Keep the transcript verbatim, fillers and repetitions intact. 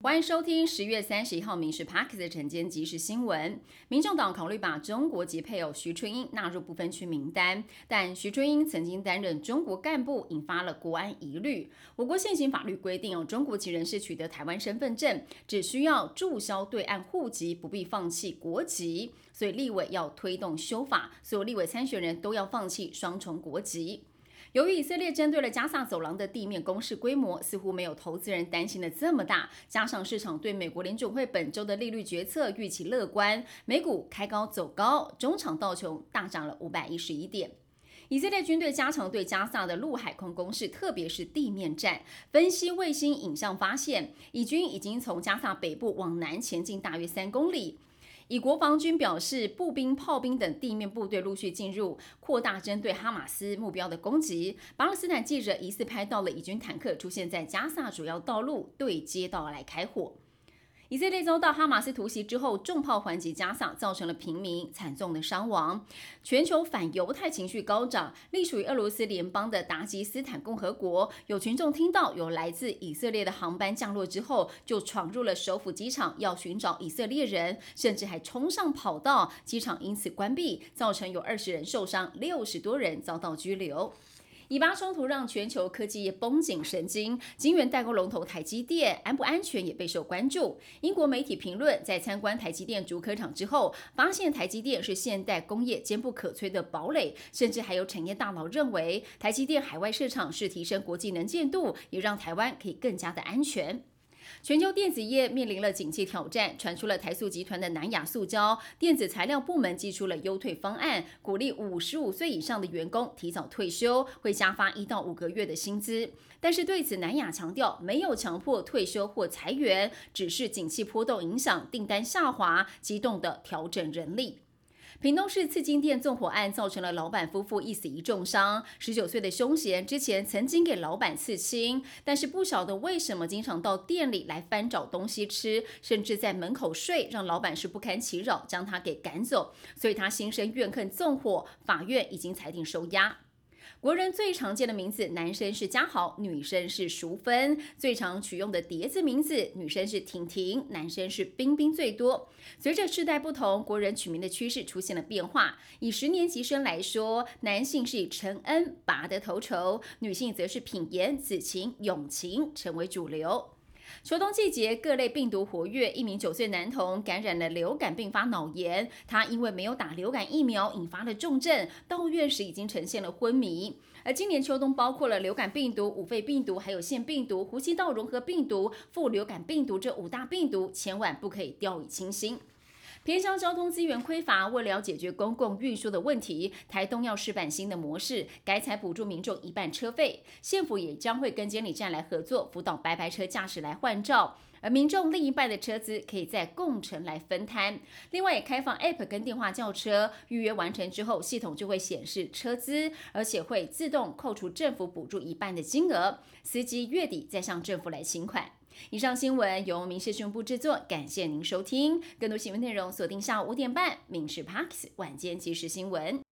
欢迎收听十月三十一号《民事 Parks》的晨间即时新闻。民众党考虑把中国籍配偶徐春英纳入不分区名单，但徐春英曾经担任中国干部，引发了国安疑虑。我国现行法律规定，中国籍人士取得台湾身份证，只需要注销对岸户籍，不必放弃国籍。所以立委要推动修法，所有立委参选人都要放弃双重国籍。由于以色列针对了加萨走廊的地面攻势规模，似乎没有投资人担心的这么大，加上市场对美国联准会本周的利率决策预期乐观，美股开高走高，中场道琼大涨了五百一十一点。以色列军队加强对加萨的陆海空攻势，特别是地面战。分析卫星影像发现，以军已经从加萨北部往南前进大约三公里。以国防军表示，步兵、炮兵等地面部队陆续进入，扩大针对哈马斯目标的攻击。巴勒斯坦记者疑似拍到了以军坦克出现在加萨主要道路，对街道来开火。以色列遭到哈马斯突袭之后，重炮还击加萨，造成了平民惨重的伤亡。全球反犹太情绪高涨，隶属于俄罗斯联邦的达吉斯坦共和国，有群众听到有来自以色列的航班降落之后，就闯入了首府机场，要寻找以色列人，甚至还冲上跑道，机场因此关闭，造成有二十人受伤，六十多人遭到拘留。以巴冲突让全球科技业绷紧神经，晶圆代工龙头台积电安不安全也备受关注。英国媒体评论，在参观台积电竹科厂之后，发现台积电是现代工业坚不可摧的堡垒，甚至还有产业大佬认为，台积电海外市场是提升国际能见度，也让台湾可以更加的安全。全球电子业面临了景气挑战，传出了台塑集团的南亚塑胶电子材料部门寄出了优退方案，鼓励五十五岁以上的员工提早退休，会加发一到五个月的薪资。但是对此，南亚强调没有强迫退休或裁员，只是景气波动影响订单下滑，机动的调整人力。屏东市刺金店纵火案造成了老板夫妇一死一重伤。十九岁的凶嫌之前曾经给老板刺青，但是不晓得为什么经常到店里来翻找东西吃，甚至在门口睡，让老板是不堪其扰，将他给赶走。所以他心生怨恨纵火，法院已经裁定收押。国人最常见的名字，男生是嘉豪，女生是淑芬。最常取用的叠字名字，女生是婷婷，男生是冰冰最多。随着世代不同，国人取名的趋势出现了变化。以十年级生来说，男性是以陈恩、拔得头筹，女性则是品言、子晴、永晴成为主流。秋冬季节，各类病毒活跃，一名九岁男童感染了流感并发脑炎，他因为没有打流感疫苗，引发了重症，到院时已经呈现了昏迷。而今年秋冬包括了流感病毒、五肺病毒、还有腺病毒、呼吸道融合病毒、副流感病毒这五大病毒，千万不可以掉以轻心。偏乡交通资源匮乏，为了解决公共运输的问题，台东要试办新的模式，改采补助民众一半车费。县府也将会跟监理站来合作，辅导白牌车驾驶来换照，而民众另一半的车资可以在共乘来分摊。另外也开放 App 跟电话叫车，预约完成之后，系统就会显示车资，而且会自动扣除政府补助一半的金额，司机月底再向政府来请款。以上新闻由民事新闻部制作，感谢您收听。更多新闻内容锁定下午五点半《民事 Parks 晚间即时新闻》。